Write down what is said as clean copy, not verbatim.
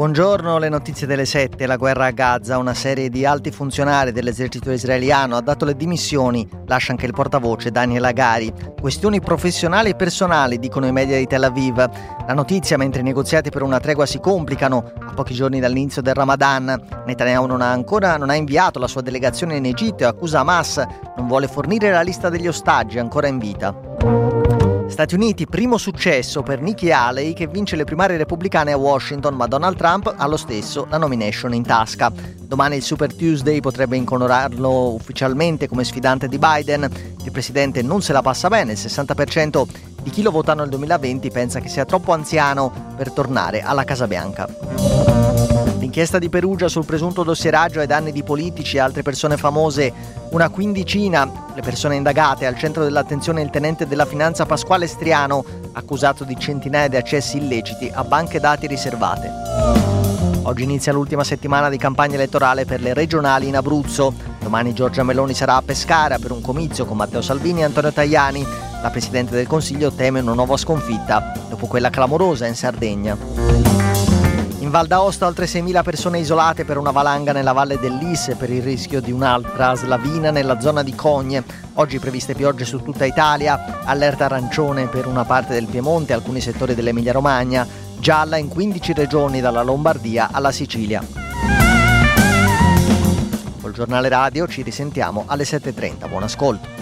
Buongiorno, le notizie delle 7. La guerra a Gaza. Una serie di alti funzionari dell'esercito israeliano ha dato le dimissioni. Lascia anche il portavoce Daniel Hagari. Questioni professionali e personali, dicono i media di Tel Aviv. La notizia mentre i negoziati per una tregua si complicano. A pochi giorni dall'inizio del Ramadan, Netanyahu non ha inviato la sua delegazione in Egitto e accusa Hamas. Non vuole fornire la lista degli ostaggi ancora in vita. Stati Uniti, primo successo per Nikki Haley che vince le primarie repubblicane a Washington, ma Donald Trump ha lo stesso la nomination in tasca. Domani il Super Tuesday potrebbe incoronarlo ufficialmente come sfidante di Biden. Il presidente non se la passa bene, il 60% di chi lo votò nel 2020 pensa che sia troppo anziano per tornare alla Casa Bianca. L'inchiesta di Perugia sul presunto dossieraggio ai danni di politici e altre persone famose, una quindicina. Le persone indagate, al centro dell'attenzione il tenente della finanza Pasquale Striano, accusato di centinaia di accessi illeciti a banche dati riservate. Oggi inizia l'ultima settimana di campagna elettorale per le regionali in Abruzzo. Domani Giorgia Meloni sarà a Pescara per un comizio con Matteo Salvini e Antonio Tajani. La Presidente del Consiglio teme una nuova sconfitta dopo quella clamorosa in Sardegna. In Val d'Aosta oltre 6.000 persone isolate per una valanga nella valle dell'Is per il rischio di un'altra slavina nella zona di Cogne. Oggi previste piogge su tutta Italia, allerta arancione per una parte del Piemonte e alcuni settori dell'Emilia Romagna, gialla in 15 regioni dalla Lombardia alla Sicilia. Col giornale radio ci risentiamo alle 7:30. Buon ascolto.